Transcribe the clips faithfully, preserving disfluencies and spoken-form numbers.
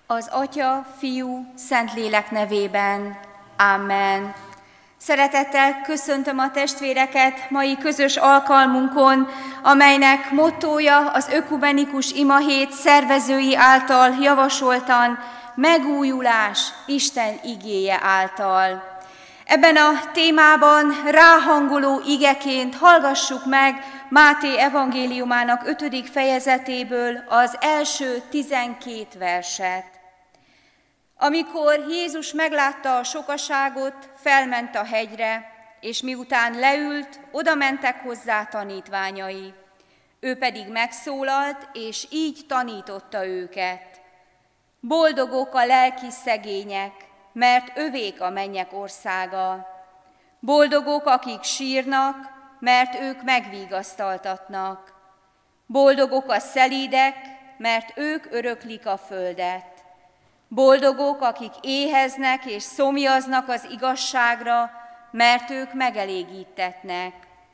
Az Atya, Fiú, Szentlélek nevében. Amen. Szeretettel köszöntöm a testvéreket mai közös alkalmunkon, amelynek mottója az ökumenikus imahét szervezői által javasoltan megújulás Isten igéje által. Ebben a témában ráhangoló igeként hallgassuk meg Máté evangéliumának ötödik fejezetéből az első tizenkét verset. Amikor Jézus meglátta a sokaságot, felment a hegyre, és miután leült, oda mentek hozzá tanítványai. Ő pedig megszólalt, és így tanította őket. Boldogok a lelki szegények, mert övék a mennyek országa. Boldogok, akik sírnak, mert ők megvigasztaltatnak. Boldogok a szelídek, mert ők öröklik a földet. Boldogok, akik éheznek és szomjaznak az igazságra, mert ők megelégítetnek.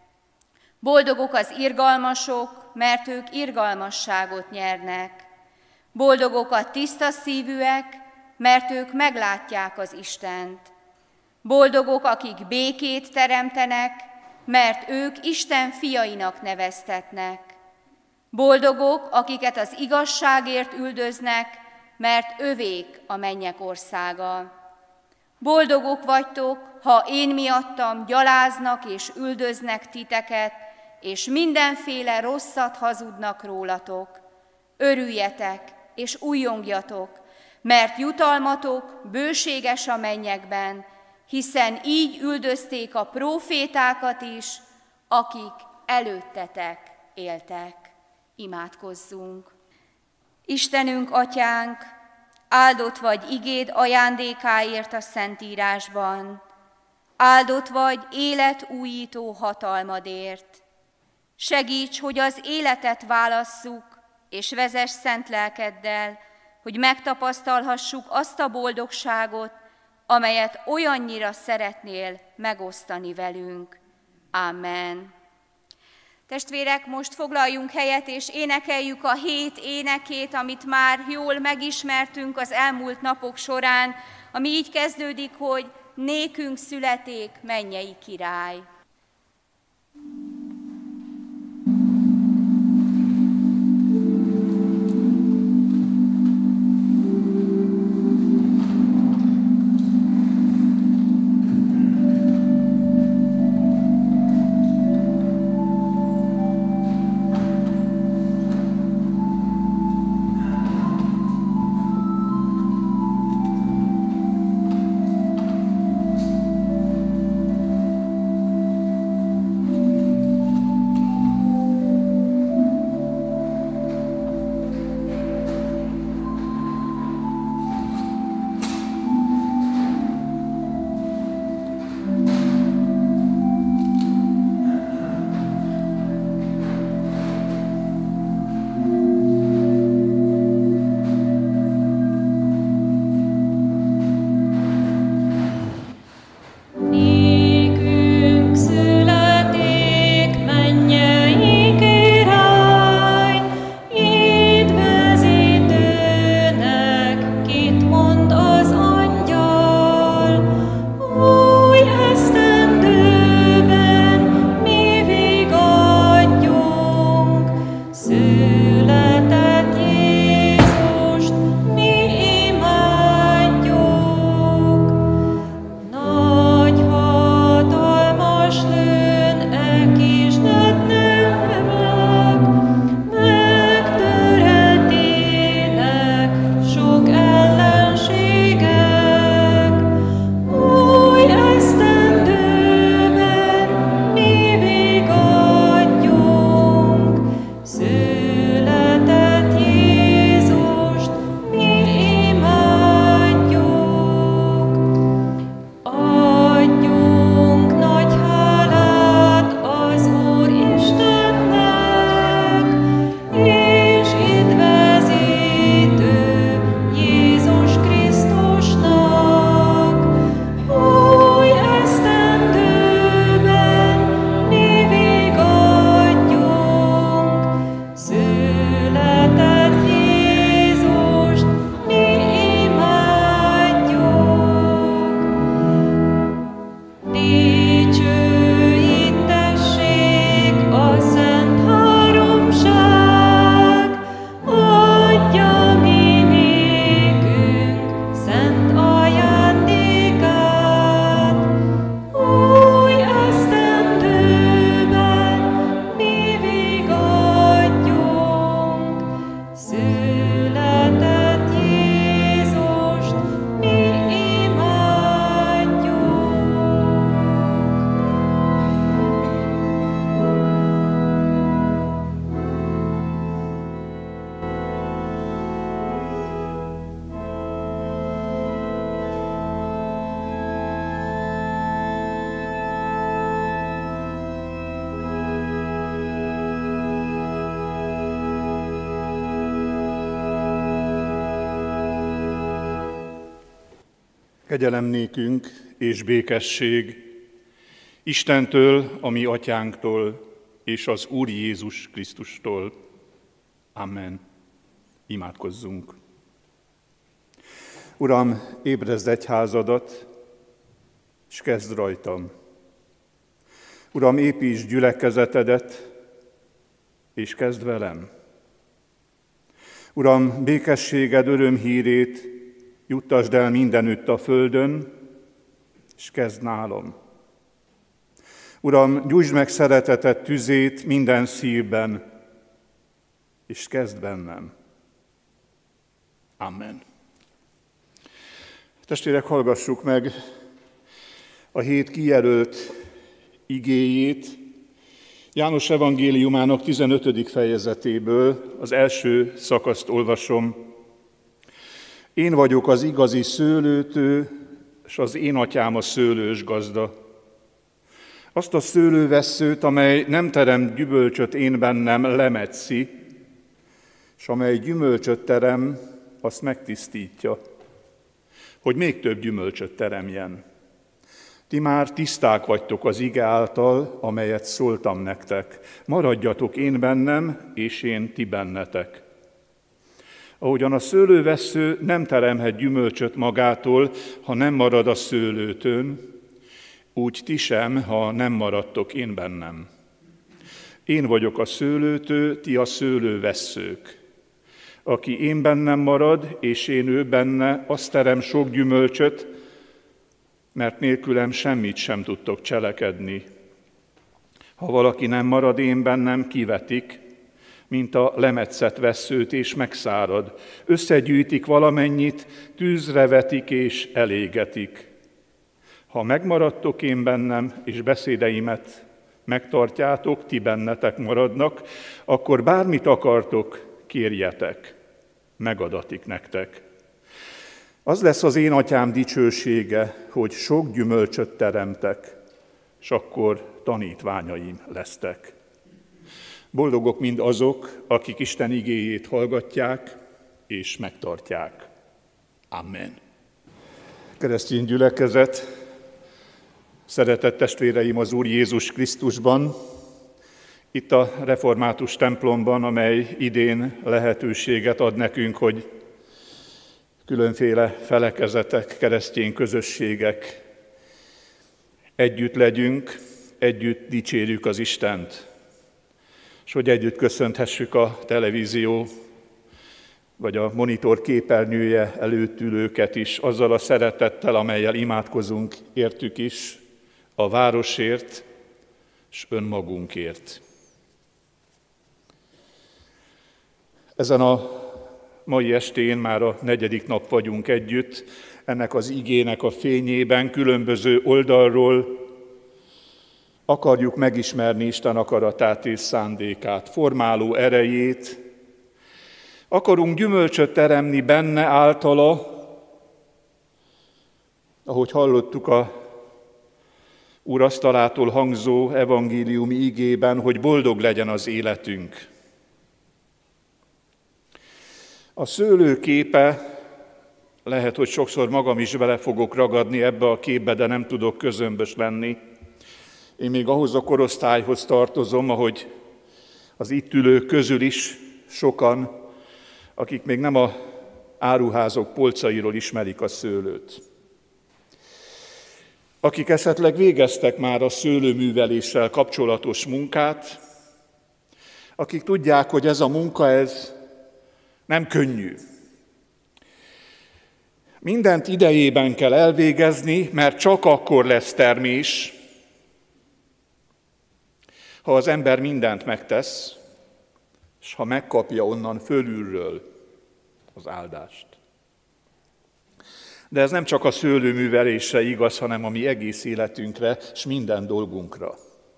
Boldogok az irgalmasok, mert ők irgalmasságot nyernek. Boldogok a tiszta szívűek, mert ők meglátják az Istent. Boldogok, akik békét teremtenek, mert ők Isten fiainak neveztetnek. Boldogok, akiket az igazságért üldöznek, mert övék a mennyek országa. Boldogok vagytok, ha én miattam gyaláznak és üldöznek titeket, és mindenféle rosszat hazudnak rólatok. Örüljetek és újjongjatok, mert jutalmatok bőséges a mennyekben, hiszen így üldözték a prófétákat is, akik előttetek éltek. Imádkozzunk! Istenünk, Atyánk, áldott vagy igéd ajándékáért a Szentírásban, áldott vagy életújító hatalmadért. Segíts, hogy az életet válasszuk, és vezess szent lelkeddel, hogy megtapasztalhassuk azt a boldogságot, amelyet olyannyira szeretnél megosztani velünk. Amen. Testvérek, most foglaljunk helyet, és énekeljük a hét énekét, amit már jól megismertünk az elmúlt napok során, ami így kezdődik, hogy nékünk születik mennyei király. Kegyelem nékünk és békesség Istentől, a mi atyánktól, és az Úr Jézus Krisztustól. Amen. Imádkozzunk. Uram, ébrezd egyházadat, és kezd rajtam. Uram, építsd gyülekezetedet, és kezd velem. Uram, békességed örömhírét juttasd el mindenütt a földön, és kezd nálam. Uram, gyújtsd meg szereteted tüzét minden szívben, és kezd bennem. Amen. Testvérek, hallgassuk meg a hét kijelölt igéjét János evangéliumának tizenötödik fejezetéből, az első szakaszt olvasom. Én vagyok az igazi szőlőtő, és az én atyám a szőlős gazda. Azt a szőlővesszőt, amely nem terem gyümölcsöt én bennem, lemetszi, és amely gyümölcsöt terem, azt megtisztítja, hogy még több gyümölcsöt teremjen. Ti már tiszták vagytok az ige által, amelyet szóltam nektek. Maradjatok én bennem, és én ti bennetek. Ahogyan a szőlővessző nem teremhet gyümölcsöt magától, ha nem marad a szőlőtőn, úgy ti sem, ha nem maradtok én bennem. Én vagyok a szőlőtő, ti a szőlővesszők. Aki én bennem marad, és én ő benne, azt terem sok gyümölcsöt, mert nélkülem semmit sem tudtok cselekedni. Ha valaki nem marad én bennem, kivetik, mint a lemetszett vesszőt, és megszárad. Összegyűjtik valamennyit, tűzre vetik és elégetik. Ha megmaradtok én bennem, és beszédeimet megtartjátok, ti bennetek maradnak, akkor bármit akartok, kérjetek, megadatik nektek. Az lesz az én atyám dicsősége, hogy sok gyümölcsöt teremtek, és akkor tanítványaim lesztek. Boldogok mind azok, akik Isten igéjét hallgatják és megtartják. Amen. Keresztény gyülekezet, szeretett testvéreim az Úr Jézus Krisztusban, itt a református templomban, amely idén lehetőséget ad nekünk, hogy különféle felekezetek, keresztény közösségek együtt legyünk, együtt dicsérjük az Istent, és hogy együtt köszönthessük a televízió vagy a monitor képernyője előtt ülőket is, azzal a szeretettel, amellyel imádkozunk értük is, a városért és önmagunkért. Ezen a mai estén már a negyedik nap vagyunk együtt, ennek az igének a fényében különböző oldalról akarjuk megismerni Isten akaratát és szándékát, formáló erejét. Akarunk gyümölcsöt teremni benne általa, ahogy hallottuk a Úr asztalától hangzó evangéliumi igében, hogy boldog legyen az életünk. A szőlő képe, lehet, hogy sokszor magam is bele fogok ragadni ebbe a képbe, de nem tudok közömbös lenni. Én még ahhoz a korosztályhoz tartozom, ahogy az itt ülők közül is sokan, akik még nem a áruházok polcairól ismerik a szőlőt. Akik esetleg végeztek már a szőlőműveléssel kapcsolatos munkát, akik tudják, hogy ez a munka, ez nem könnyű. Mindent idejében kell elvégezni, mert csak akkor lesz termés, ha az ember mindent megtesz, és ha megkapja onnan fölülről az áldást. De ez nem csak a szőlőművelésre igaz, hanem a mi egész életünkre és minden dolgunkra.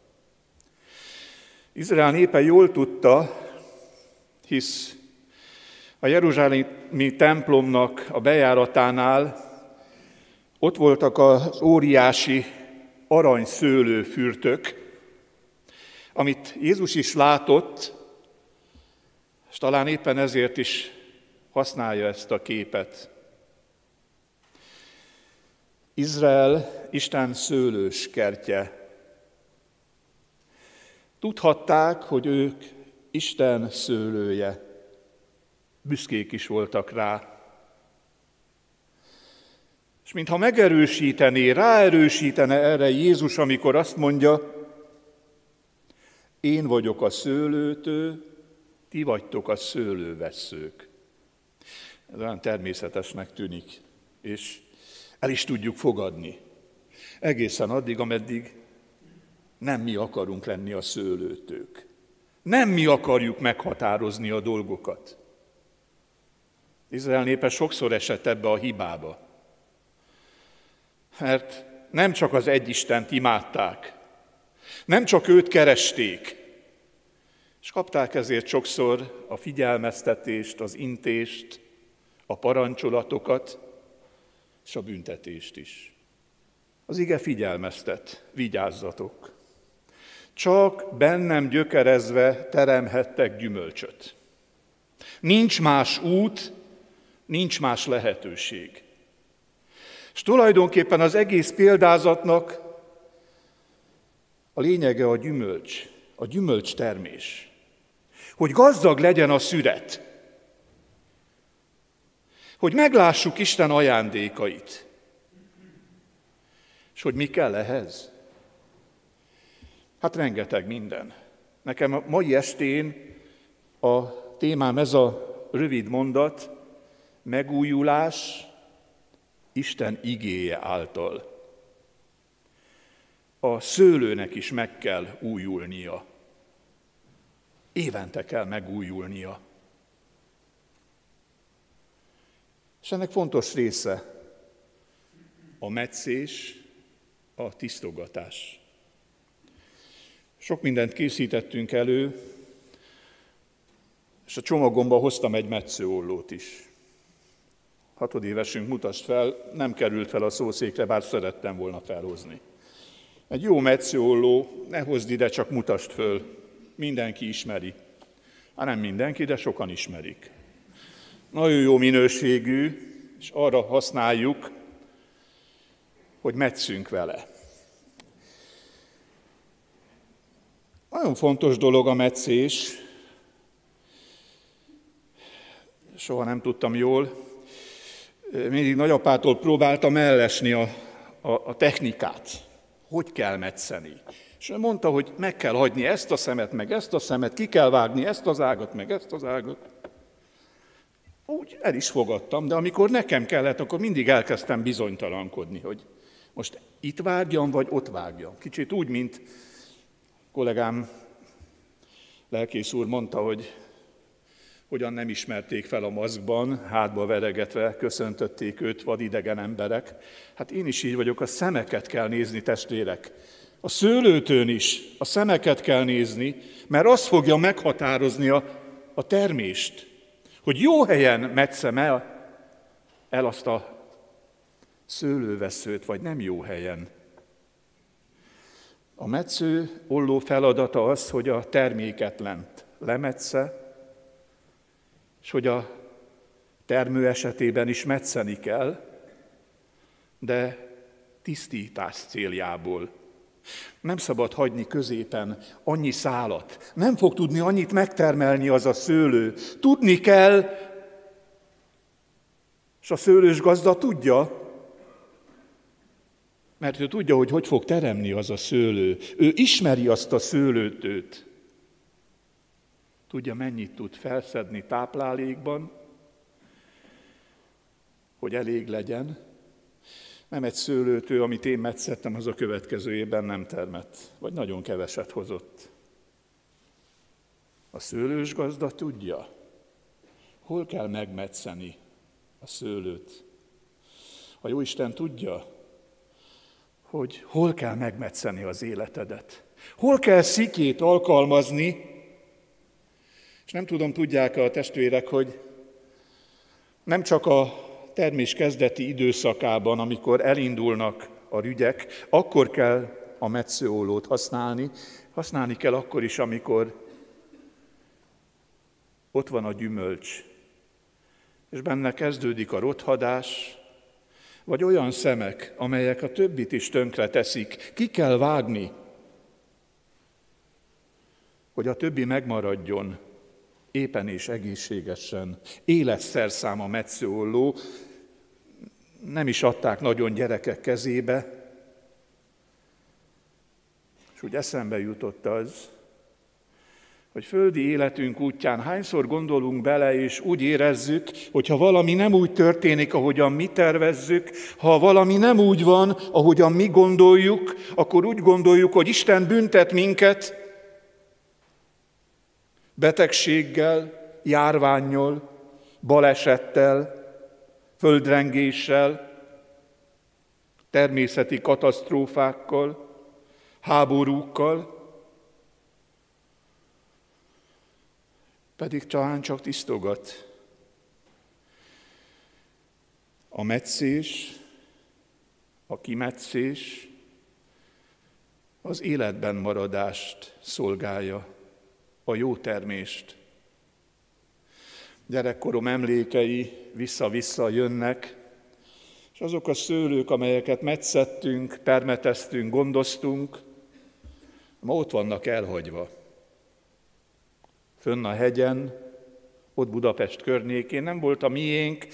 Izrael népe jól tudta, hisz a jeruzsálemi templomnak a bejáratánál ott voltak az óriási aranyszőlőfürtök, amit Jézus is látott, és talán éppen ezért is használja ezt a képet. Izrael Isten szőlős kertje. Tudhatták, hogy ők Isten szőlője. Büszkék is voltak rá. És mintha megerősítené, ráerősítene erre Jézus, amikor azt mondja, én vagyok a szőlőtő, ti vagytok a szőlővesszők. Ez olyan természetesnek tűnik, és el is tudjuk fogadni. Egészen addig, ameddig nem mi akarunk lenni a szőlőtők. Nem mi akarjuk meghatározni a dolgokat. Izrael népe sokszor esett ebbe a hibába. Mert nem csak az egy Istent imádták, nem csak őt keresték, és kapták ezért sokszor a figyelmeztetést, az intést, a parancsolatokat és a büntetést is. Az ige figyelmeztet, vigyázzatok! Csak bennem gyökerezve teremhettek gyümölcsöt. Nincs más út, nincs más lehetőség. És tulajdonképpen az egész példázatnak a lényege a gyümölcs, a gyümölcs termés. Hogy gazdag legyen a szüret. Hogy meglássuk Isten ajándékait. És hogy mi kell ehhez? Hát rengeteg minden. Nekem a mai estén a témám ez a rövid mondat, megújulás Isten igéje által. A szőlőnek is meg kell újulnia. Évente kell megújulnia. És ennek fontos része a metszés, a tisztogatás. Sok mindent készítettünk elő, és a csomagomba hoztam egy metszőollót is. Hatodévesünk, mutasd fel, nem került fel a szószékre, bár szerettem volna felhozni. Egy jó metszőolló, ne hozd ide, csak mutasd föl. Mindenki ismeri. Hát nem mindenki, de sokan ismerik. Nagyon jó minőségű, és arra használjuk, hogy metszünk vele. Nagyon fontos dolog a metszés. Soha nem tudtam jól. Mindig nagyapától próbáltam ellesni a, a, a technikát. Hogy kell metszeni. És ő mondta, hogy meg kell hagyni ezt a szemet, meg ezt a szemet, ki kell vágni ezt az ágat, meg ezt az ágat. Úgy el is fogadtam, de amikor nekem kellett, akkor mindig elkezdtem bizonytalankodni, hogy most itt vágjam, vagy ott vágjam. Kicsit úgy, mint kollégám, lelkész úr mondta, hogy hogyan nem ismerték fel a maszkban, hátba veregetve köszöntötték őt vadidegen emberek. Hát én is így vagyok, a szemeket kell nézni, testvérek. A szőlőtőn is a szemeket kell nézni, mert az fogja meghatározni a, a termést, hogy jó helyen metszem el, el azt a szőlővesszőt, vagy nem jó helyen. A metsző olló feladata az, hogy a terméketlent lemetsze, és hogy a termő esetében is metszeni kell, de tisztítás céljából. Nem szabad hagyni középen annyi szálat. Nem fog tudni annyit megtermelni az a szőlő. Tudni kell, és a szőlős gazda tudja, mert ő tudja, hogy hogy fog teremni az a szőlő. Ő ismeri azt a szőlőtőt. Tudja, mennyit tud felszedni táplálékban, hogy elég legyen. Nem egy szőlőtő, amit én metszettem, az a következő évben nem termett, vagy nagyon keveset hozott. A szőlős gazda tudja, hol kell megmetszeni a szőlőt. A Jóisten tudja, hogy hol kell megmetszeni az életedet. Hol kell szikét alkalmazni, és nem tudom, tudják-e a testvérek, hogy nem csak a termés kezdeti időszakában, amikor elindulnak a rügyek, akkor kell a metszőollót használni, használni kell akkor is, amikor ott van a gyümölcs, és benne kezdődik a rothadás, Vagy olyan szemek, amelyek a többit is tönkre teszik. Ki kell vágni, hogy a többi megmaradjon éppen és egészségesen. Életszerszám metszőolló, nem is adták nagyon gyerekek kezébe, és úgy eszembe jutott az, hogy földi életünk útján hányszor gondolunk bele, és úgy érezzük, hogy ha valami nem úgy történik, ahogyan mi tervezzük, ha valami nem úgy van, ahogyan mi gondoljuk, akkor úgy gondoljuk, hogy Isten büntet minket betegséggel, járvánnyal, balesettel, földrengéssel, természeti katasztrófákkal, háborúkkal, pedig talán csak tisztogat. A metszés, a kimetszés az életben maradást szolgálja, a jó termést. Gyerekkorom emlékei vissza-vissza jönnek, és azok a szőlők, amelyeket metszettünk, permeteztünk, gondoztunk, ma ott vannak elhagyva. Fönn a hegyen, ott Budapest környékén, nem volt a miénk.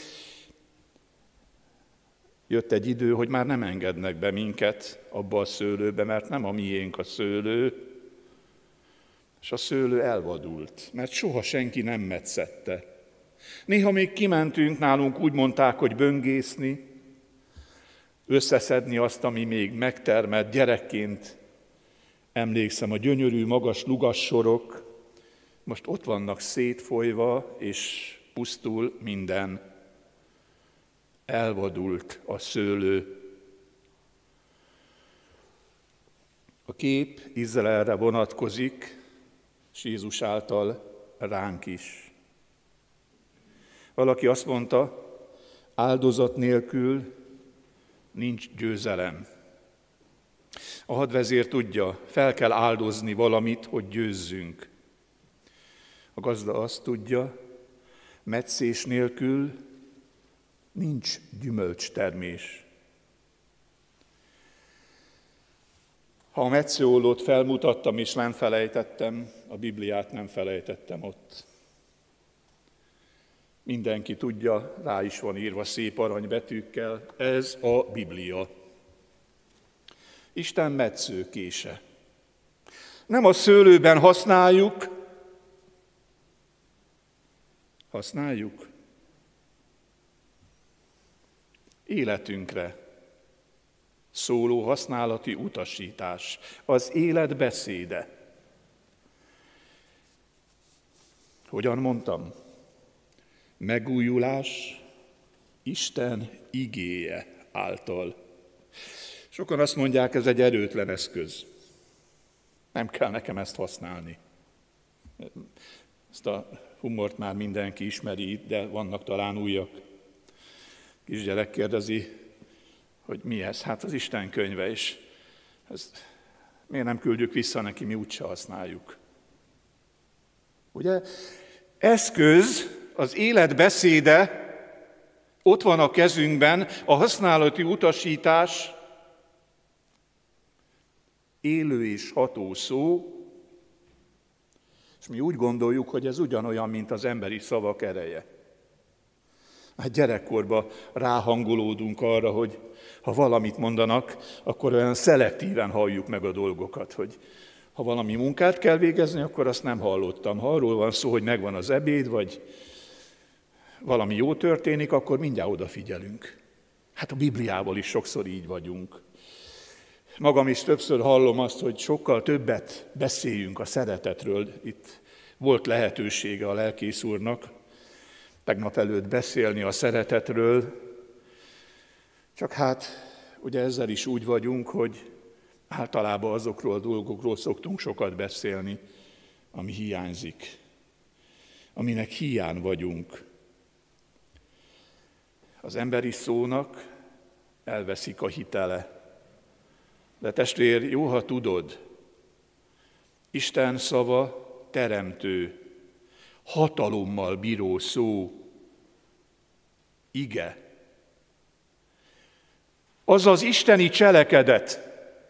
Jött egy idő, hogy már nem engednek be minket abba a szőlőbe, mert nem a miénk a szőlő, és a szőlő elvadult, mert soha senki nem metszette. Néha még kimentünk, nálunk úgy mondták, hogy böngészni, összeszedni azt, ami még megtermett gyerekként. Emlékszem, a gyönyörű, magas lugassorok, most ott vannak szétfolyva, és pusztul minden. Elvadult a szőlő. A kép Izraelre vonatkozik, és Jézus által ránk is. Valaki azt mondta, áldozat nélkül nincs győzelem. A hadvezér tudja, fel kell áldozni valamit, hogy győzzünk. A gazda azt tudja, metszés nélkül nincs gyümölcstermés. Ha a metszőollót felmutattam és nem felejtettem, a Bibliát nem felejtettem ott. Mindenki tudja, rá is van írva szép aranybetűkkel, ez a Biblia. Isten metszőkése. Nem a szőlőben használjuk, használjuk életünkre szóló használati utasítás, az élet beszéde. Hogyan mondtam? Megújulás Isten igéje által. Sokan azt mondják, ez egy erőtlen eszköz. Nem kell nekem ezt használni. Ezt a humort már mindenki ismeri itt, de vannak talán újak. Kisgyerek kérdezi, hogy mi ez? Hát az Isten könyve, és ezt miért nem küldjük vissza neki, mi úgyse használjuk. Ugye? Eszköz, az élet beszéde, ott van a kezünkben, a használati utasítás, élő és ható szó, és mi úgy gondoljuk, hogy ez ugyanolyan, mint az emberi szavak ereje. Hát gyerekkorban ráhangolódunk arra, hogy ha valamit mondanak, akkor olyan szelektíven halljuk meg a dolgokat, hogy ha valami munkát kell végezni, akkor azt nem hallottam. Ha arról van szó, hogy megvan az ebéd, vagy valami jó történik, akkor mindjárt odafigyelünk. Hát a Bibliával is sokszor így vagyunk. Magam is többször hallom azt, hogy sokkal többet beszéljünk a szeretetről. Itt volt lehetősége a lelkész úrnak tegnap előtt beszélni a szeretetről, csak hát ugye ezzel is úgy vagyunk, hogy általában azokról a dolgokról szoktunk sokat beszélni, ami hiányzik, aminek hiány vagyunk. Az emberi szónak elveszik a hitele. De testvér, jó, ha tudod, Isten szava teremtő, hatalommal bíró szó, ige. az az isteni cselekedet,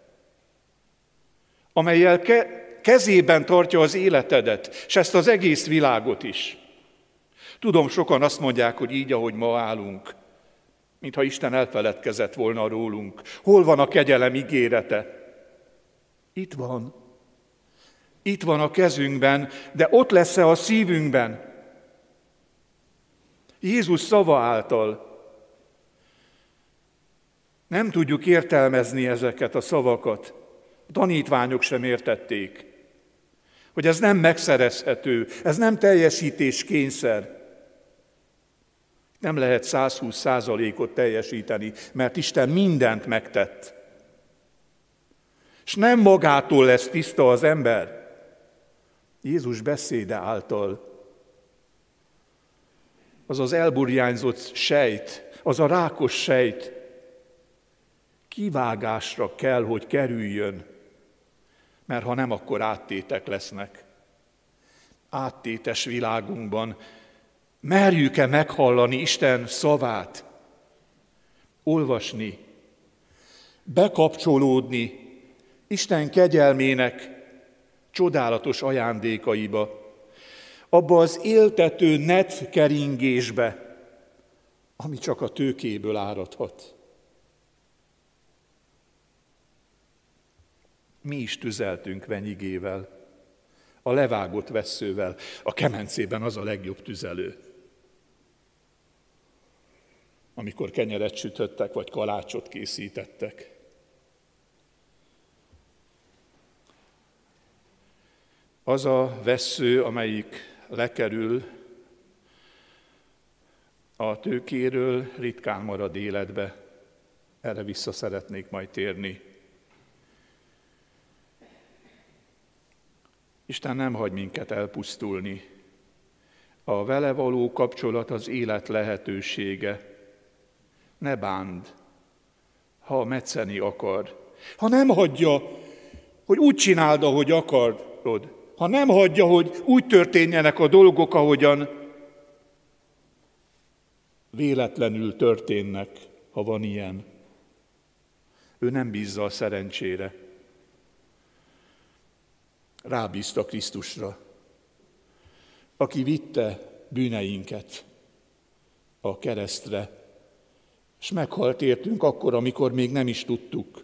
amellyel ke- kezében tartja az életedet, és ezt az egész világot is. Tudom, sokan azt mondják, hogy így, ahogy ma állunk, mintha Isten elfeledkezett volna rólunk. Hol van a kegyelem ígérete? Itt van. Itt van a kezünkben, de ott lesz-e a szívünkben? Jézus szava által. Nem tudjuk értelmezni ezeket a szavakat. A tanítványok sem értették, hogy ez nem megszerezhető, ez nem teljesítéskényszer. Nem lehet százhúsz százalékot teljesíteni, mert Isten mindent megtett. És nem magától lesz tiszta az ember, Jézus beszéde által. Az az elburjányzott sejt, az a rákos sejt kivágásra kell, hogy kerüljön, mert ha nem, akkor áttétek lesznek. Áttétes világunkban merjük-e meghallani Isten szavát, olvasni, bekapcsolódni Isten kegyelmének csodálatos ajándékaiba, abba az éltető netkeringésbe, ami csak a tőkéből áradhat. Mi is tüzeltünk venyigével, a levágott vesszővel, a kemencében az a legjobb tüzelő. Amikor kenyeret sütöttek, vagy kalácsot készítettek. Az a vessző, amelyik lekerül a tőkéről, ritkán marad életbe. Erre vissza szeretnék majd térni. Isten nem hagy minket elpusztulni. A vele való kapcsolat az élet lehetősége. Ne bánd, ha metszeni akar. Ha nem hagyja, hogy úgy csináld, ahogy akarod. Ha nem hagyja, hogy úgy történjenek a dolgok, ahogyan véletlenül történnek, ha van ilyen. Ő nem bízza a szerencsére. Rábízta Krisztusra, aki vitte bűneinket a keresztre, és meghalt értünk akkor, amikor még nem is tudtuk.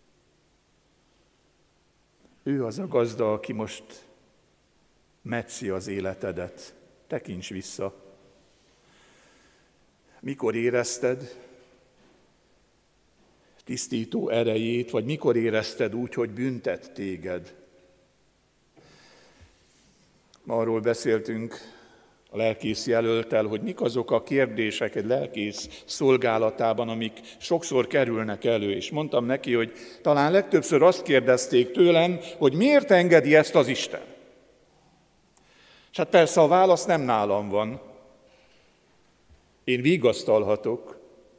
Ő az a gazda, aki most metszi az életedet. Tekints vissza. Mikor érezted tisztító erejét, vagy mikor érezted úgy, hogy büntet téged? Arról beszéltünk a lelkész jelölttel, hogy mik azok a kérdések egy lelkész szolgálatában, amik sokszor kerülnek elő. És mondtam neki, hogy talán legtöbbször azt kérdezték tőlem, hogy miért engedi ezt az Isten. És hát persze a válasz nem nálam van. Én vigasztalhatok.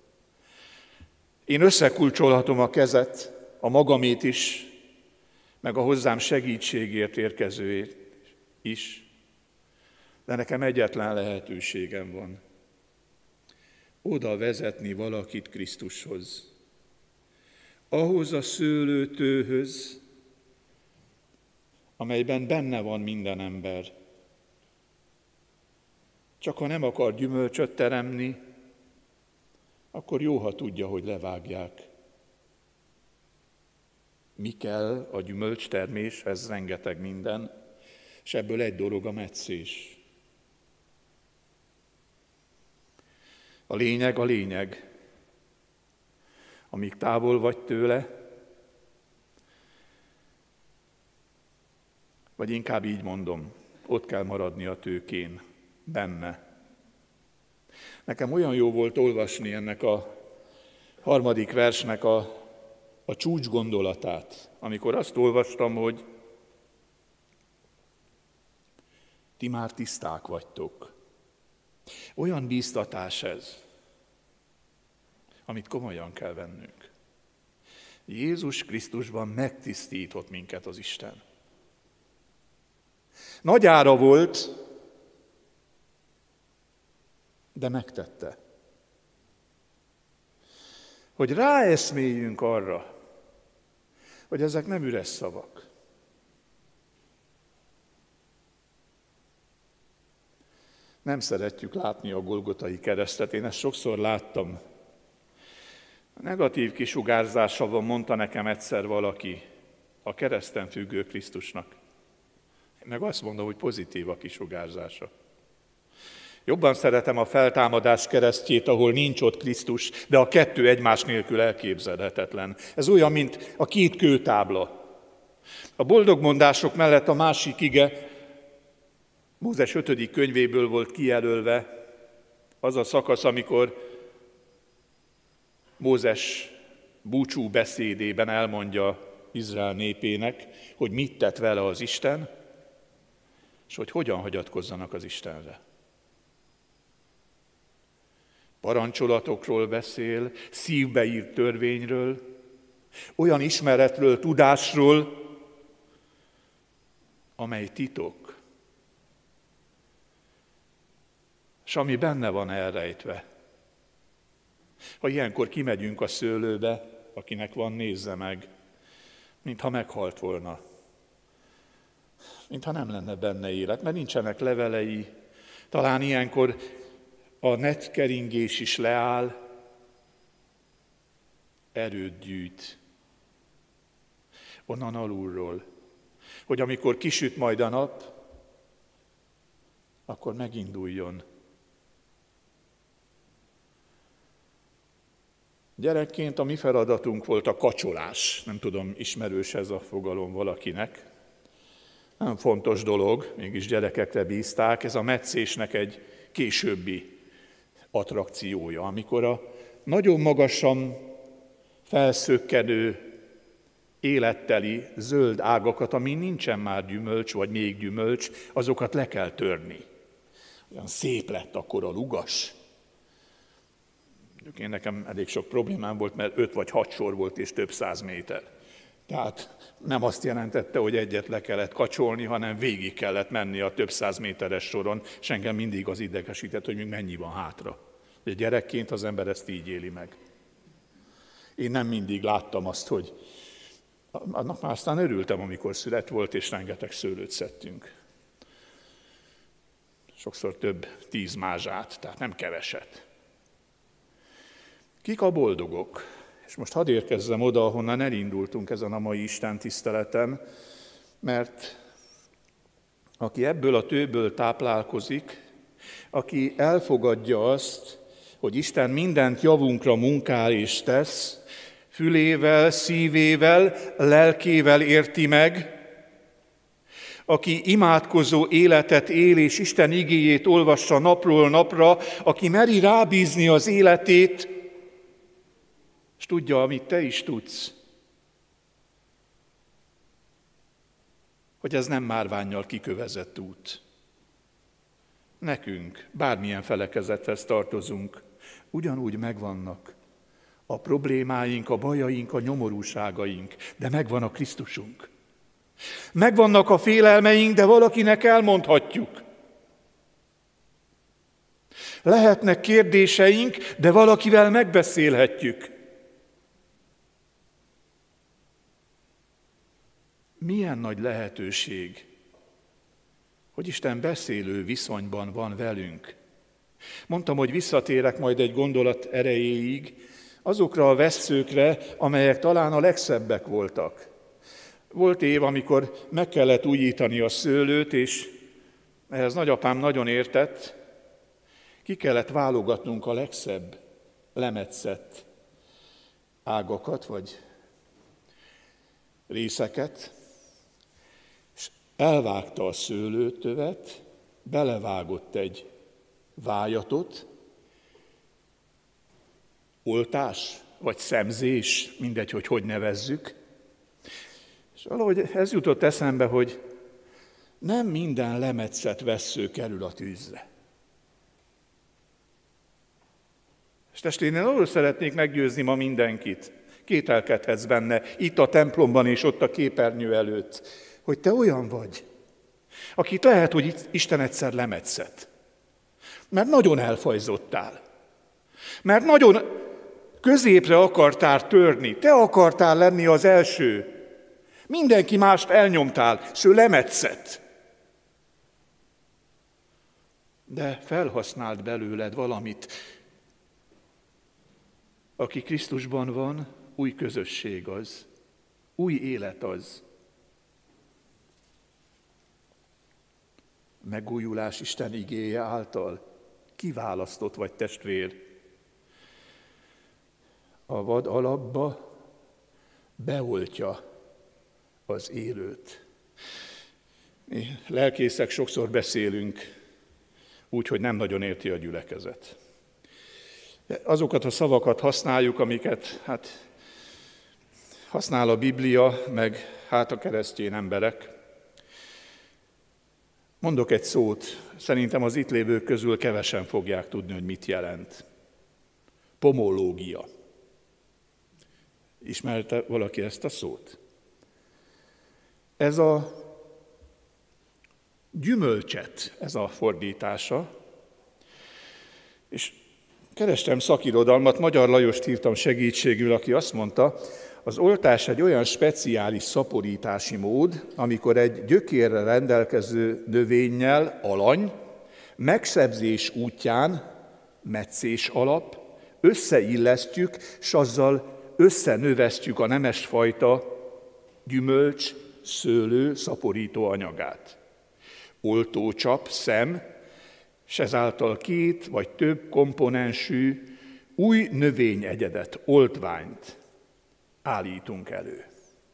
Én összekulcsolhatom a kezet, a magamét is, meg a hozzám segítségért érkezőjét is. De nekem egyetlen lehetőségem van. Oda vezetni valakit Krisztushoz. Ahhoz a szőlőtőhöz, amelyben benne van minden ember. Csak ha nem akar gyümölcsöt teremni, akkor jó, ha tudja, hogy levágják. Mi kell a gyümölcsterméshez? Rengeteg minden, és ebből egy dolog a metszés. A lényeg a lényeg. Amíg távol vagy tőle, vagy inkább így mondom, ott kell maradni a tőkén, benne. Nekem olyan jó volt olvasni ennek a harmadik versnek a, a csúcs gondolatát, amikor azt olvastam, hogy ti már tiszták vagytok. Olyan bíztatás ez, amit komolyan kell vennünk. Jézus Krisztusban megtisztított minket az Isten. Nagy ára volt, de megtette. hogy ráeszméljünk arra, hogy ezek nem üres szavak. Nem szeretjük látni a Golgotai keresztet, én ezt sokszor láttam. A negatív kisugárzással mondta nekem egyszer valaki, a kereszten függő Krisztusnak. Én meg azt mondom, hogy pozitív a kisugárzása. Jobban szeretem a feltámadás keresztjét, ahol nincs ott Krisztus, de a kettő egymás nélkül elképzelhetetlen. Ez olyan, mint a két kőtábla. A boldogmondások mellett a másik ige Mózes ötödik könyvéből volt kijelölve, az a szakasz, amikor Mózes búcsú beszédében elmondja Izrael népének, hogy mit tett vele az Isten, és hogy hogyan hagyatkozzanak az Istenre. Parancsolatokról beszél, szívbe írt törvényről, olyan ismeretről, tudásról, amely titok, és ami benne van elrejtve. Ha ilyenkor kimegyünk a szőlőbe, akinek van, nézze meg, mintha meghalt volna, mintha nem lenne benne élet, mert nincsenek levelei, talán ilyenkor a netkeringés is leáll, erőt gyűjt onnan alulról, hogy amikor kisüt majd a nap, akkor meginduljon. Gyerekként a mi feladatunk volt a kacsolás. Nem tudom, ismerős ez a fogalom valakinek. Nem fontos dolog, mégis gyerekekre bízták. Ez a metszésnek egy későbbi attrakciója, amikor a nagyon magasan felszökkenő, életteli zöld ágakat, amin nincsen már gyümölcs, vagy még gyümölcs, azokat le kell törni. Olyan szép lett akkor a lugas. Én nekem elég sok problémám volt, mert öt vagy hat sor volt és több száz méter. Tehát nem azt jelentette, hogy egyet le kellett kacsolni, hanem végig kellett menni a több száz méteres soron, és engem mindig az idegesített, hogy még mennyi van hátra. De gyerekként az ember ezt így éli meg. Én nem mindig láttam azt, hogy annak már aztán örültem, amikor szület volt, és rengeteg szőlőt szedtünk. Sokszor több tíz mázsát, tehát nem keveset. Kik a boldogok? És most hadd érkezzem oda, ahonnan elindultunk ezen a mai Isten tiszteleten, mert aki ebből a tőből táplálkozik, aki elfogadja azt, hogy Isten mindent javunkra munkál és tesz, fülével, szívével, lelkével érti meg, aki imádkozó életet él és Isten igéjét olvassa napról napra, aki meri rábízni az életét, és tudja, amit te is tudsz, hogy ez nem márvánnyal kikövezett út. Nekünk, bármilyen felekezethez tartozunk, ugyanúgy megvannak a problémáink, a bajaink, a nyomorúságaink, de megvan a Krisztusunk. Megvannak a félelmeink, de valakinek elmondhatjuk. Lehetnek kérdéseink, de valakivel megbeszélhetjük. Milyen nagy lehetőség, hogy Isten beszélő viszonyban van velünk. Mondtam, hogy visszatérek majd egy gondolat erejéig azokra a vesszőkre, amelyek talán a legszebbek voltak. Volt év, amikor meg kellett újítani a szőlőt, és ehhez nagyapám nagyon értett, ki kellett válogatnunk a legszebb lemetszett ágakat, vagy részeket, és elvágta a szőlőtövet, belevágott egy vájatot, oltás, vagy szemzés, mindegy, hogy hogy nevezzük. És valahogy ez jutott eszembe, hogy nem minden lemetszett vessző kerül a tűzre. És testvérem, arról szeretnék meggyőzni ma mindenkit, kételkedhetsz benne, itt a templomban és ott a képernyő előtt, hogy te olyan vagy, akit lehet, hogy Isten egyszer lemetszett. Mert nagyon elfajzottál. Mert nagyon középre akartál törni, te akartál lenni az első. Mindenki mást elnyomtál, s ő lemetszett. De felhasznált belőled valamit. Aki Krisztusban van, új közösség az, új élet az. Megújulás Isten igéje által kiválasztott vagy testvér. A vad alapba beoltja az élőt. Mi lelkészek sokszor beszélünk úgy, hogy nem nagyon érti a gyülekezet. Azokat a szavakat használjuk, amiket hát, használ a Biblia, meg hát a keresztény emberek. Mondok egy szót, szerintem az itt lévők közül kevesen fogják tudni, hogy mit jelent. Pomológia. Ismerte valaki ezt a szót? Ez a gyümölcset, ez a fordítása, és kerestem szakirodalmat, Magyar Lajost hívtam segítségül, aki azt mondta, az oltás egy olyan speciális szaporítási mód, amikor egy gyökérre rendelkező növényel, alany, megszebzés útján, metszés alap, összeillesztjük, s azzal összenövesztjük a nemesfajta gyümölcs, szőlő, szaporító anyagát. Oltócsap, szem, s ezáltal két vagy több komponensű új növényegyedet, oltványt állítunk elő.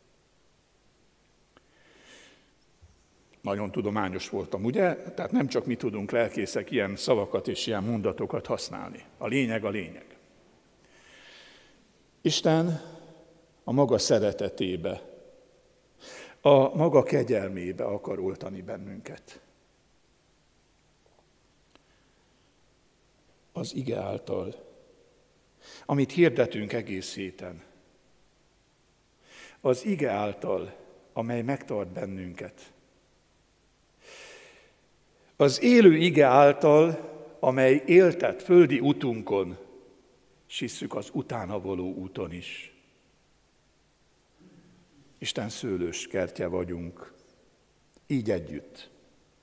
Nagyon tudományos voltam, ugye? Tehát nem csak mi tudunk lelkészek ilyen szavakat és ilyen mondatokat használni. A lényeg a lényeg. Isten a maga szeretetébe, a maga kegyelmébe akar oltani bennünket. Az ige által, amit hirdetünk egész héten. Az ige által, amely megtart bennünket. Az élő ige által, amely éltet földi utunkon, s hisszük az utána való úton is. Isten szőlős kertje vagyunk, így együtt.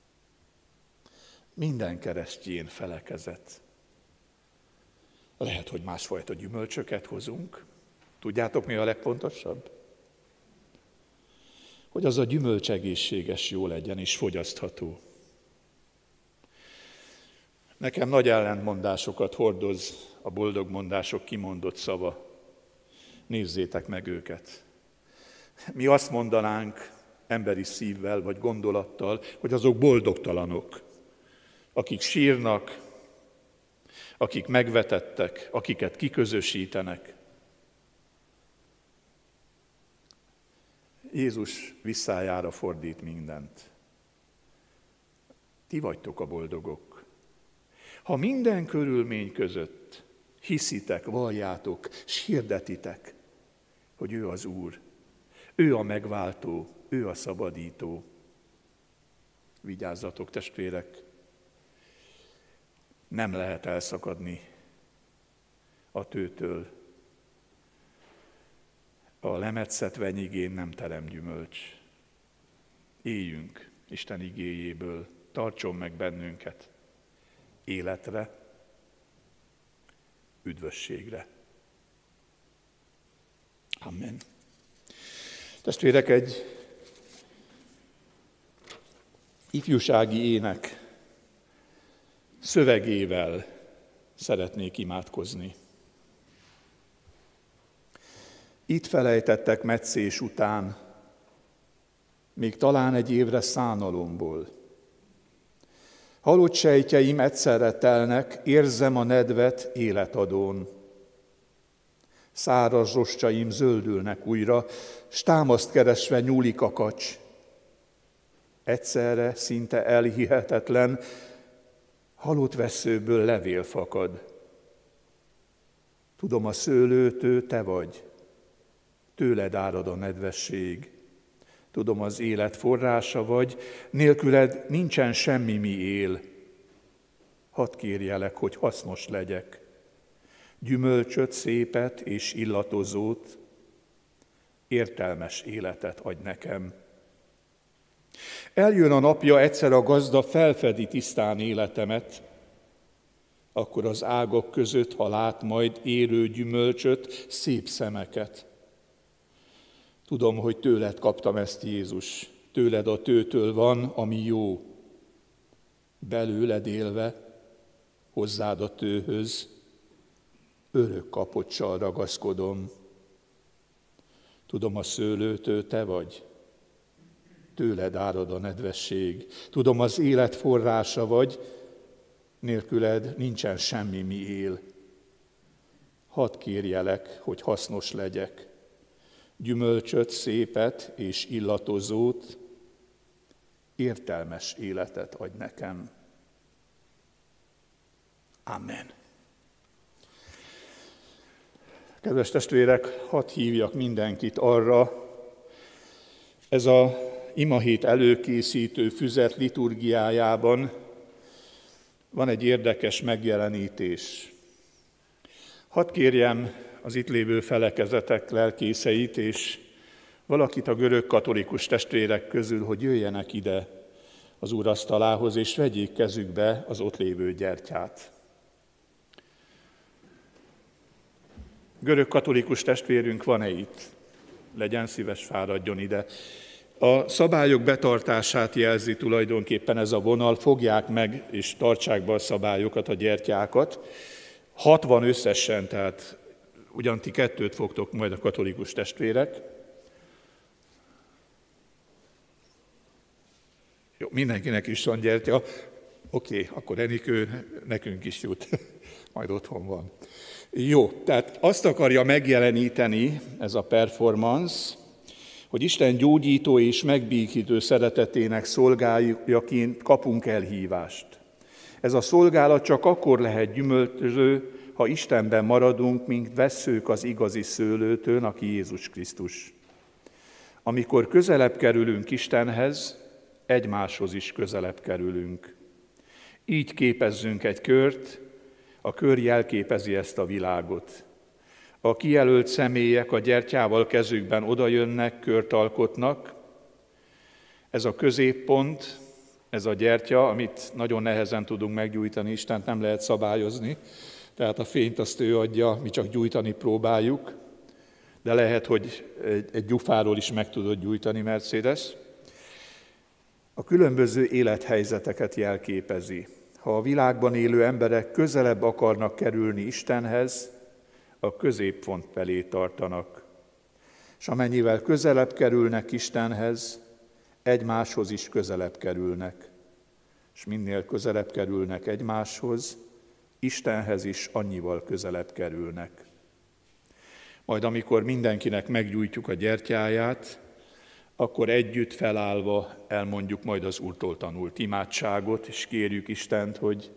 Minden keresztjén felekezet. Lehet, hogy másfajta gyümölcsöket hozunk. Tudjátok, mi a legfontosabb? Hogy az a gyümölcs egészséges, jó legyen és fogyasztható. Nekem nagy ellentmondásokat hordoz a boldogmondások kimondott szava. Nézzétek meg őket. Mi azt mondanánk emberi szívvel vagy gondolattal, hogy azok boldogtalanok, akik sírnak, akik megvetettek, akiket kiközösítenek. Jézus visszájára fordít mindent. Ti vagytok a boldogok. Ha minden körülmény között hiszitek, valljátok, s hirdetitek, hogy ő az Úr, ő a megváltó, ő a szabadító. Vigyázzatok, testvérek! Nem lehet elszakadni a tőtől. A lemetszett venyigén nem terem gyümölcs. Éljünk Isten igéjéből, tartson meg bennünket életre, üdvösségre. Amen. Testvérek, egy ifjúsági ének szövegével szeretnék imádkozni. Itt felejtettek metszés után, még talán egy évre szánalomból. Halott sejtjeim egyszerre telnek, érzem a nedvet életadón. Száraz rostjaim zöldülnek újra, s támaszt keresve nyúlik a kacs. Egyszerre, szinte elhihetetlen, halott vesszőből levél fakad. Tudom, a szőlőtő te vagy, tőled árad a nedvesség. Tudom, az élet forrása vagy, nélküled nincsen semmi, mi él. Hadd kérjelek, hogy hasznos legyek. gyümölcsöt, szépet és illatozót, értelmes életet adj nekem. Eljön a napja, egyszer a gazda felfedi tisztán életemet, akkor az ágak között, ha lát majd érő gyümölcsöt, szép szemeket. Tudom, hogy tőled kaptam ezt, Jézus, tőled a tőtől van, ami jó. Belőled élve, hozzád a tőhöz, örök kapoccsal ragaszkodom. Tudom, a szőlőtő te vagy, tőled árad a nedvesség. Tudom, az élet forrása vagy, nélküled nincsen semmi, mi él. Hadd kérjelek, hogy hasznos legyek, gyümölcsöt, szépet és illatozót, értelmes életet adj nekem. Amen. Kedves testvérek, hadd hívjak mindenkit arra, ez a imahét előkészítő füzet liturgiájában van egy érdekes megjelenítés. Hadd kérjem az itt lévő felekezetek lelkészeit és valakit a görög katolikus testvérek közül, hogy jöjjenek ide az úrasztalához, és vegyék kezükbe az ott lévő gyertyát. Görög katolikus testvérünk van-e itt? Legyen szíves, fáradjon ide. A szabályok betartását jelzi tulajdonképpen ez a vonal, fogják meg és tartsák be a szabályokat, a gyertyákat. hatvan összesen, tehát ugyan ti kettőt fogtok majd a katolikus testvérek. Jó, mindenkinek is van gyertya. Oké, okay, akkor Enikő, nekünk is jut, majd otthon van. Jó, tehát azt akarja megjeleníteni ez a performance, hogy Isten gyógyító és megbékítő szeretetének szolgájaként kapunk elhívást. Ez a szolgálat csak akkor lehet gyümölcsöző, ha Istenben maradunk, mint vesszők az igazi szőlőtőn, aki Jézus Krisztus. Amikor közelebb kerülünk Istenhez, egymáshoz is közelebb kerülünk. Így képezzünk egy kört, a kör jelképezi ezt a világot. A kijelölt személyek a gyertyával kezükben odajönnek, kört alkotnak. Ez a középpont, ez a gyertya, amit nagyon nehezen tudunk meggyújtani, Istent nem lehet szabályozni, tehát a fényt azt ő adja, mi csak gyújtani próbáljuk, de lehet, hogy egy, egy gyufáról is meg tudod gyújtani, Mercedes. A különböző élethelyzeteket jelképezi. Ha a világban élő emberek közelebb akarnak kerülni Istenhez, a középpont felé tartanak. És amennyivel közelebb kerülnek Istenhez, egymáshoz is közelebb kerülnek. És minél közelebb kerülnek egymáshoz, Istenhez is annyival közelebb kerülnek. Majd amikor mindenkinek meggyújtjuk a gyertyáját, akkor együtt felállva elmondjuk majd az Úrtól tanult imádságot, és kérjük Istent, hogy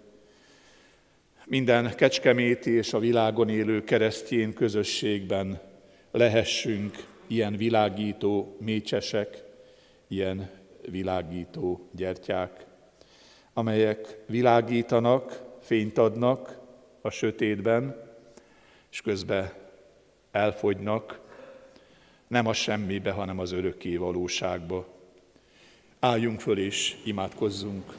minden kecskeméti és a világon élő keresztény közösségben lehessünk ilyen világító mécsesek, ilyen világító gyertyák, amelyek világítanak, fényt adnak a sötétben, és közben elfogynak, nem a semmibe, hanem az örökké valóságba. Álljunk föl és imádkozzunk.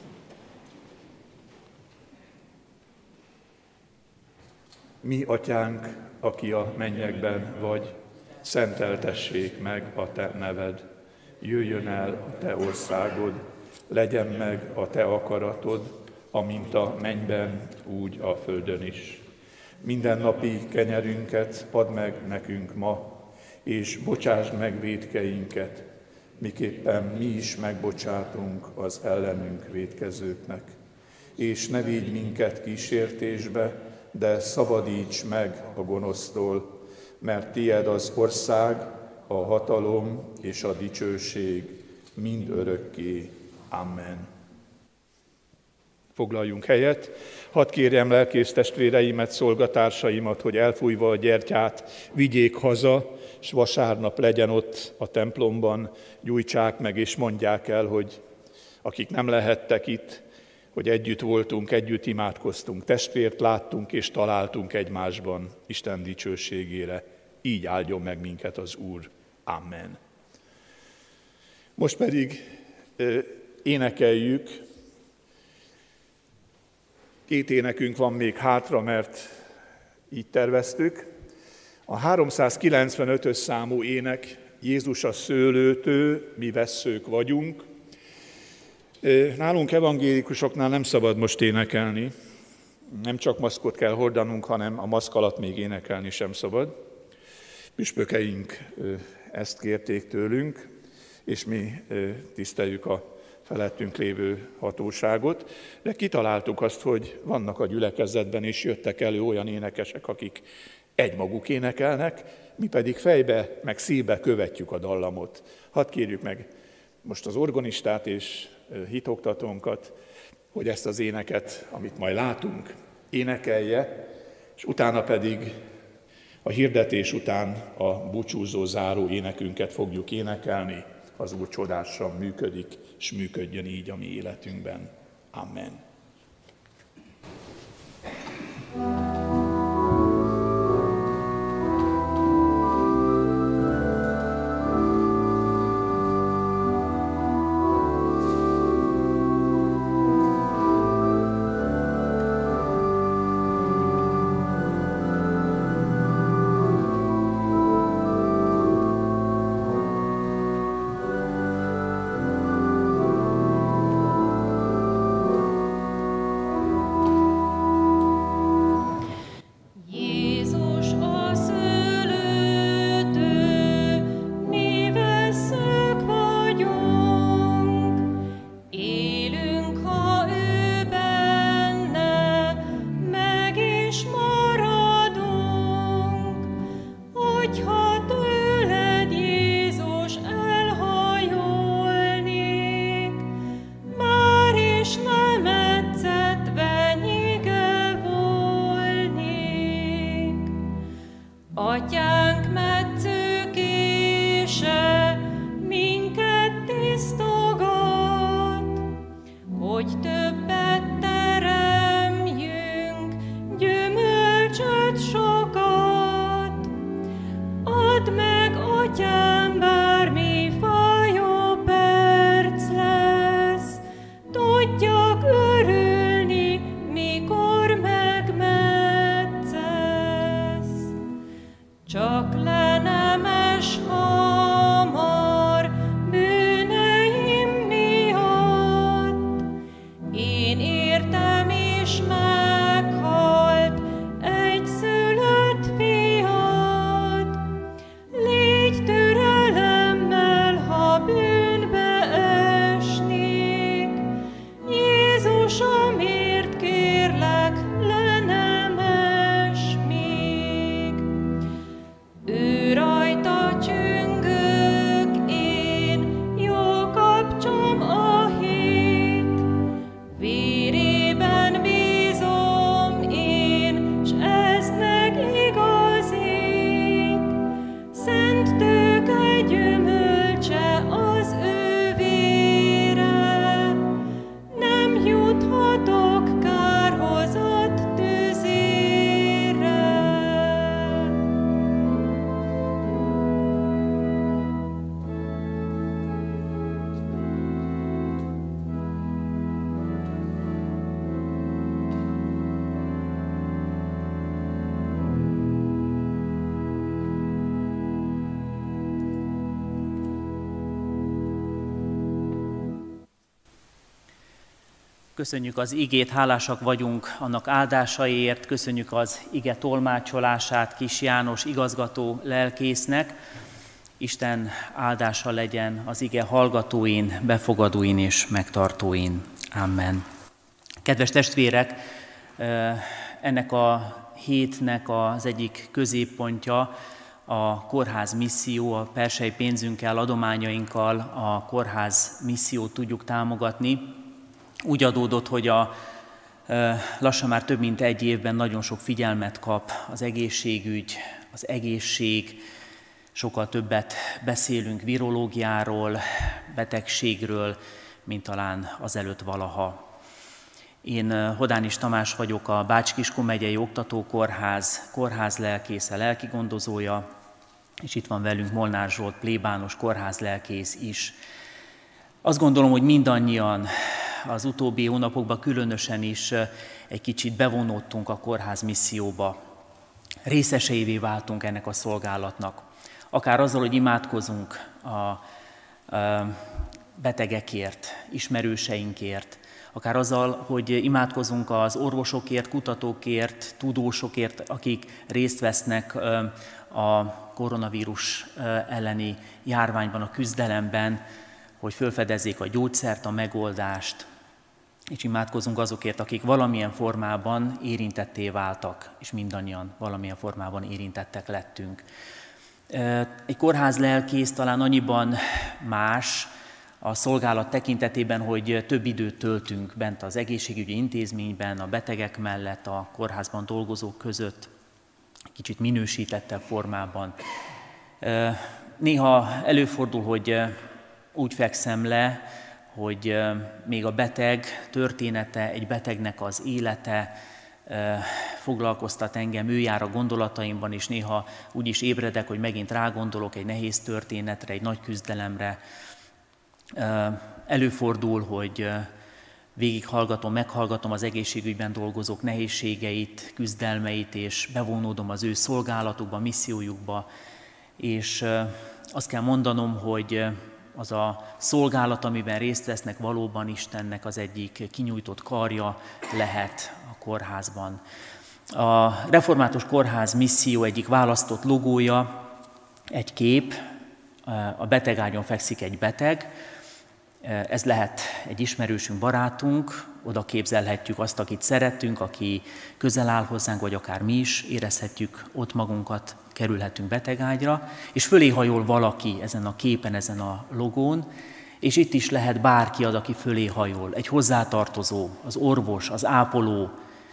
Mi, Atyánk, aki a mennyekben vagy, szenteltessék meg a Te neved. Jöjjön el a Te országod, legyen meg a Te akaratod, amint a mennyben, úgy a földön is. Mindennapi kenyerünket add meg nekünk ma, és bocsásd meg vétkeinket, miképpen mi is megbocsátunk az ellenünk vétkezőknek. És ne vigy minket kísértésbe, de szabadíts meg a gonosztól, mert tied az ország, a hatalom és a dicsőség mind örökké. Amen. Foglaljunk helyet. Hadd kérjem lelkész testvéreimet, szolgatársaimat, hogy elfújva a gyertyát vigyék haza, és vasárnap legyen ott a templomban, gyújtsák meg és mondják el, hogy akik nem lehettek itt, hogy együtt voltunk, együtt imádkoztunk, testvért láttunk és találtunk egymásban Isten dicsőségére. Így áldjon meg minket az Úr. Amen. Most pedig énekeljük. Két énekünk van még hátra, mert így terveztük. A háromszázkilencvenötös számú ének, Jézus a szőlőtő, mi vesszők vagyunk. Nálunk evangélikusoknál nem szabad most énekelni. Nem csak maszkot kell hordanunk, hanem a maszk alatt még énekelni sem szabad. Püspökeink ezt kérték tőlünk, és mi tiszteljük a felettünk lévő hatóságot, de kitaláltuk azt, hogy vannak a gyülekezetben, és jöttek elő olyan énekesek, akik egymaguk énekelnek, mi pedig fejbe, meg szívbe követjük a dallamot. Hadd kérjük meg most az organistát és hitoktatónkat, hogy ezt az éneket, amit majd látunk, énekelje, és utána pedig a hirdetés után a búcsúzó záró énekünket fogjuk énekelni. Az Úr csodásan működik, és működjön így a mi életünkben. Amen. Köszönjük az igét, hálásak vagyunk annak áldásaiért, köszönjük az ige tolmácsolását Kis János igazgató lelkésznek. Isten áldása legyen az ige hallgatóin, befogadóin és megtartóin. Amen. Kedves testvérek, ennek a hétnek az egyik középpontja a kórház misszió, a persely pénzünkkel, adományainkkal a kórház missziót tudjuk támogatni. Úgy adódott, hogy a lassan már több mint egy évben nagyon sok figyelmet kap az egészségügy, az egészség, sokkal többet beszélünk virológiáról, betegségről, mint talán azelőtt valaha. Én Hodánis Tamás vagyok, a Bács-Kiskun megyei oktatókórház kórházlelkésze, lelkigondozója, és itt van velünk Molnár Zsolt plébános kórházlelkész is. Azt gondolom, hogy mindannyian az utóbbi hónapokban különösen is egy kicsit bevonódtunk a kórház misszióba. Részeseivé váltunk ennek a szolgálatnak. Akár azzal, hogy imádkozunk a betegekért, ismerőseinkért, akár azzal, hogy imádkozunk az orvosokért, kutatókért, tudósokért, akik részt vesznek a koronavírus elleni járványban, a küzdelemben, hogy felfedezzék a gyógyszert, a megoldást, és imádkozunk azokért, akik valamilyen formában érintetté váltak, és mindannyian valamilyen formában érintettek lettünk. Egy kórházlelkész talán annyiban más a szolgálat tekintetében, hogy több időt töltünk bent az egészségügyi intézményben, a betegek mellett, a kórházban dolgozók között, kicsit minősítettebb formában. Néha előfordul, hogy úgy fekszem le, hogy még a beteg története, egy betegnek az élete foglalkoztat engem, ő jár a gondolataimban, és néha úgy is ébredek, hogy megint rágondolok egy nehéz történetre, egy nagy küzdelemre. Előfordul, hogy végighallgatom, meghallgatom az egészségügyben dolgozók nehézségeit, küzdelmeit, és bevonódom az ő szolgálatukba, missziójukba, és azt kell mondanom, hogy az a szolgálat, amiben részt vesznek, valóban Istennek az egyik kinyújtott karja lehet a kórházban. A Református Kórház misszió egyik választott logója egy kép, a betegágyon fekszik egy beteg, ez lehet egy ismerősünk, barátunk, oda képzelhetjük azt, akit szeretünk, aki közel áll hozzánk, vagy akár mi is érezhetjük ott magunkat, kerülhetünk betegágyra, és fölé hajol valaki ezen a képen, ezen a logón, és itt is lehet bárki az, aki fölé hajol, egy hozzátartozó, az orvos, az ápoló,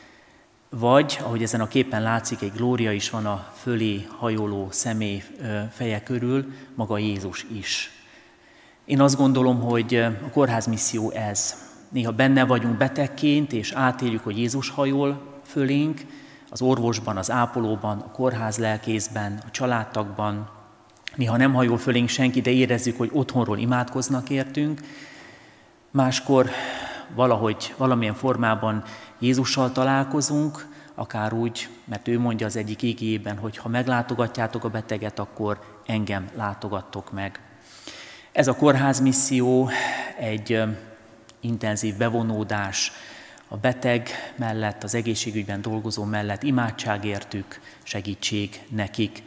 vagy, ahogy ezen a képen látszik, egy glória is van a fölé hajoló személy feje körül, maga Jézus is. Én azt gondolom, hogy a kórház misszió ez. Néha benne vagyunk betegként, és átéljük, hogy Jézus hajol fölénk, az orvosban, az ápolóban, a kórház lelkészben, a családtagban. Néha nem hajol fölénk senki, de érezzük, hogy otthonról imádkoznak értünk. Máskor valahogy, valamilyen formában Jézussal találkozunk, akár úgy, mert ő mondja az egyik igéjében, hogy ha meglátogatjátok a beteget, akkor engem látogattok meg. Ez a kórház misszió egy intenzív bevonódás a beteg mellett, az egészségügyben dolgozó mellett, imádságértük, segítség nekik.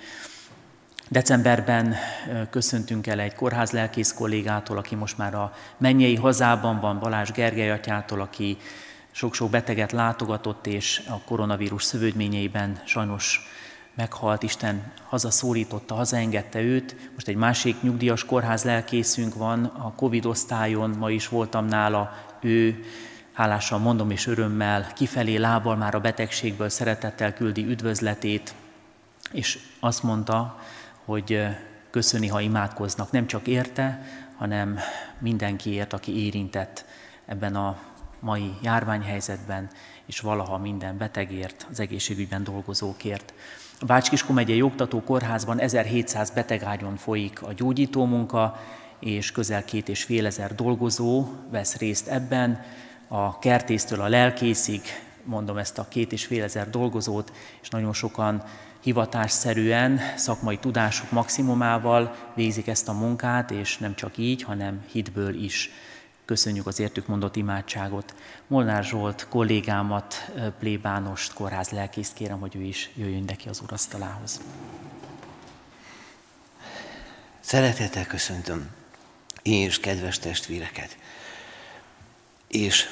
Decemberben köszöntünk el egy kórházlelkész kollégától, aki most már a mennyei hazában van, Balázs Gergely atyától, aki sok-sok beteget látogatott, és a koronavírus szövődményeiben sajnos meghalt, Isten hazaszólította, hazaengedte őt. Most egy másik nyugdíjas kórházlelkészünk van a Covid osztályon, ma is voltam nála, ő hálással mondom és örömmel kifelé lábal már a betegségből szeretettel küldi üdvözletét, és azt mondta, hogy köszöni, ha imádkoznak, nem csak érte, hanem mindenkiért, aki érintett ebben a mai járványhelyzetben, és valaha minden betegért, az egészségügyben dolgozókért. A Bács-Kiskun megyei oktatókórházban ezerhétszáz betegágyon folyik a gyógyító munka, és közel két és fél ezer dolgozó vesz részt ebben, a kertésztől a lelkészig, mondom ezt a két és fél ezer dolgozót, és nagyon sokan hivatásszerűen, szakmai tudásuk maximumával végzik ezt a munkát, és nem csak így, hanem hitből is. Köszönjük az értük mondott imádságot. Molnár Zsolt kollégámat, plébánost, kórházlelkészt kérem, hogy ő is jöjjön neki az urasztalához. Szeretettel köszöntöm én is kedves testvéreket. És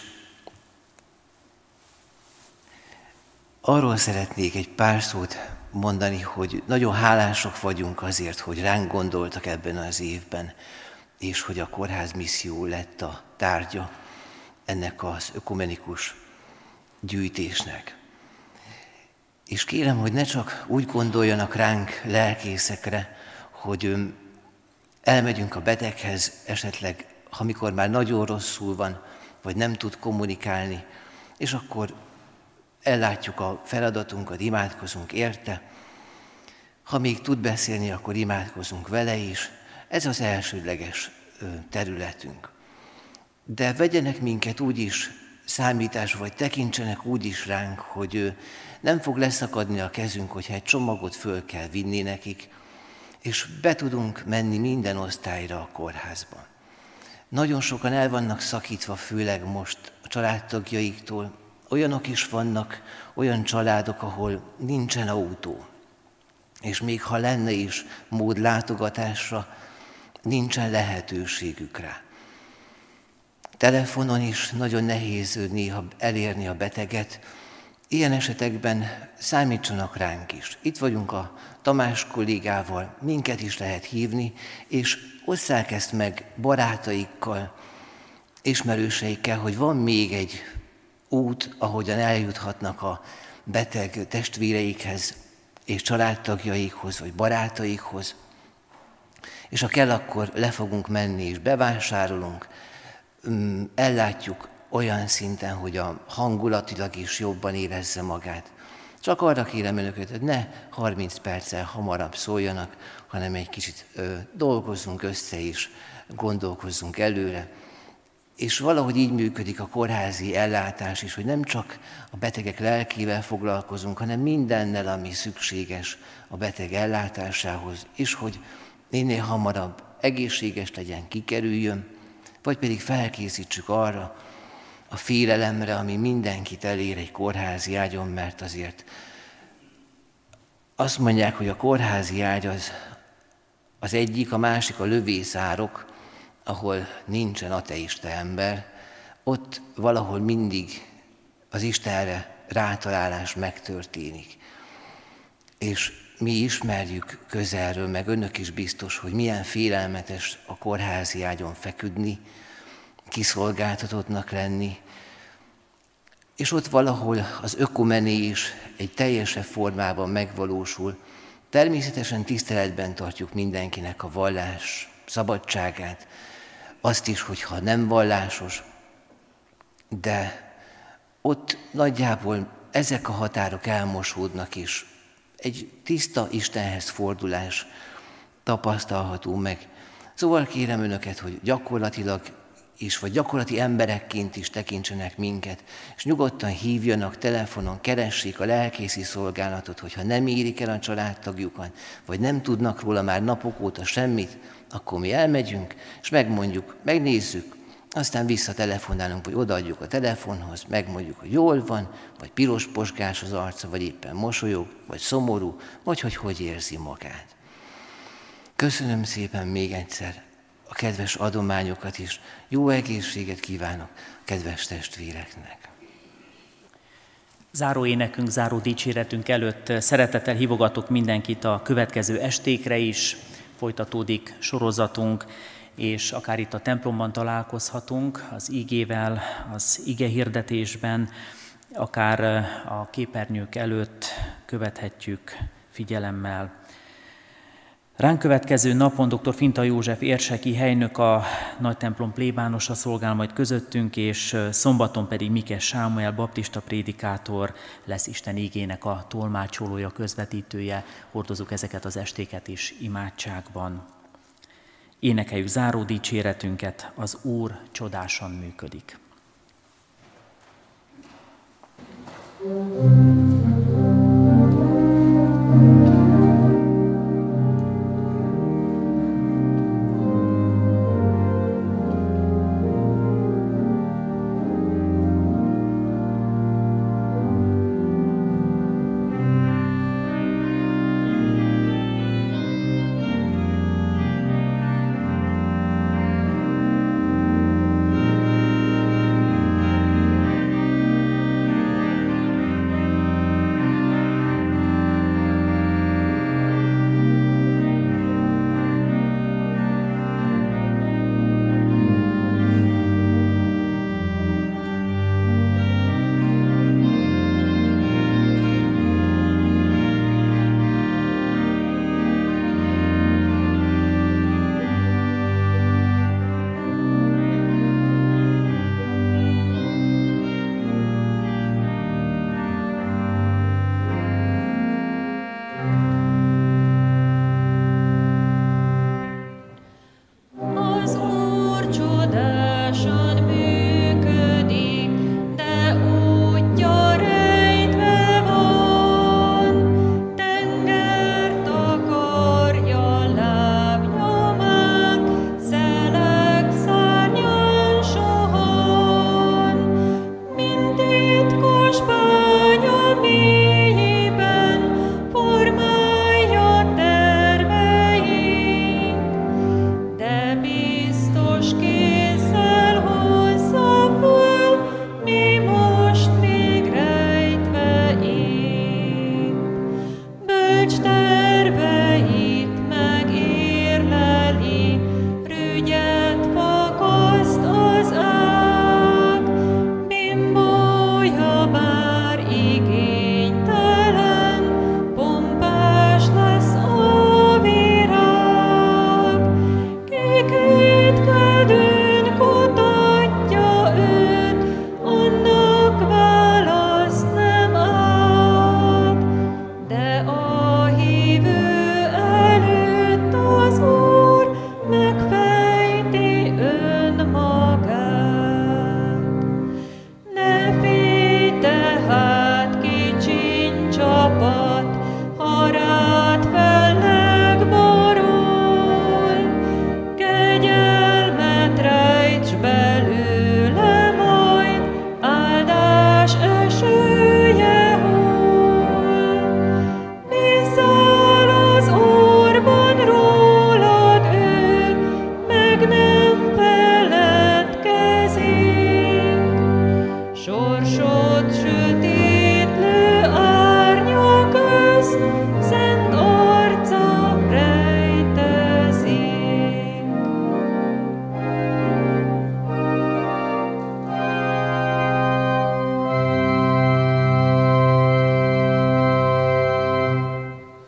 arról szeretnék egy pár szót mondani, hogy nagyon hálásak vagyunk azért, hogy ránk gondoltak ebben az évben, és hogy a kórház misszió lett a tárgya ennek az ökumenikus gyűjtésnek. És kérem, hogy ne csak úgy gondoljanak ránk lelkészekre, hogy elmegyünk a beteghez, esetleg, amikor már nagyon rosszul van, vagy nem tud kommunikálni, és akkor ellátjuk a feladatunkat, imádkozunk érte. Ha még tud beszélni, akkor imádkozunk vele is. Ez az elsődleges területünk. De vegyenek minket úgy is számítás, vagy tekintsenek úgy is ránk, hogy nem fog leszakadni a kezünk, hogyha egy csomagot föl kell vinni nekik, és be tudunk menni minden osztályra a kórházban. Nagyon sokan el vannak szakítva, főleg most a családtagjaiktól. Olyanok is vannak, olyan családok, ahol nincsen autó, és még ha lenne is mód látogatásra, nincsen lehetőségük rá. Telefonon is nagyon nehéz néha elérni a beteget. Ilyen esetekben számítsanak ránk is. Itt vagyunk a Tamás kollégával, minket is lehet hívni, és osszák ezt meg barátaikkal, ismerőseikkel, hogy van még egy út, ahogyan eljuthatnak a beteg testvéreikhez és családtagjaikhoz, vagy barátaikhoz. És ha kell, akkor le fogunk menni és bevásárolunk, ellátjuk olyan szinten, hogy a hangulatilag is jobban érezze magát. Csak arra kérem önöket, hogy ne harminc perccel hamarabb szóljanak, hanem egy kicsit ö, dolgozzunk össze is, gondolkozzunk előre. És valahogy így működik a kórházi ellátás is, hogy nem csak a betegek lelkével foglalkozunk, hanem mindennel, ami szükséges a beteg ellátásához, és hogy minél hamarabb egészséges legyen, kikerüljön, vagy pedig felkészítsük arra a félelemre, ami mindenkit elér egy kórházi ágyon, mert azért azt mondják, hogy a kórházi ágy az, az egyik, a másik a lövészárok, ahol nincsen ateista ember, ott valahol mindig az Istenre rátalálás megtörténik. És mi ismerjük közelről, meg önök is biztos, hogy milyen félelmetes a kórházi ágyon feküdni, kiszolgáltatottnak lenni, és ott valahol az ökumené is egy teljesebb formában megvalósul. Természetesen tiszteletben tartjuk mindenkinek a vallás szabadságát, azt is, hogyha nem vallásos, de ott nagyjából ezek a határok elmosódnak is. Egy tiszta Istenhez fordulás tapasztalható meg. Szóval kérem önöket, hogy gyakorlatilag is, vagy gyakorlati emberekként is tekintsenek minket, és nyugodtan hívjanak telefonon, keressék a lelkészi szolgálatot, hogyha nem érik el a családtagjukat, vagy nem tudnak róla már napok óta semmit, akkor mi elmegyünk, és megmondjuk, megnézzük, aztán visszatelefonálunk, vagy odaadjuk a telefonhoz, megmondjuk, hogy jól van, vagy piros posgás az arca, vagy éppen mosolyog, vagy szomorú, vagy hogy hogy érzi magát. Köszönöm szépen még egyszer a kedves adományokat is. Jó egészséget kívánok a kedves testvéreknek. Záró énekünk, záró dicséretünk előtt szeretettel hívogatok mindenkit a következő estékre is. Folytatódik sorozatunk, és akár itt a templomban találkozhatunk az igével, az ige hirdetésben, akár a képernyők előtt követhetjük figyelemmel. Ránk következő napon dr. Finta József érseki helynök, a nagytemplom plébánosa szolgál majd közöttünk, és szombaton pedig Mikes Sámuel baptista prédikátor lesz Isten igének a tolmácsolója, közvetítője. Hordozunk ezeket az estéket is imádságban. Énekeljük záró dicséretünket, az Úr csodásan működik. Thank you.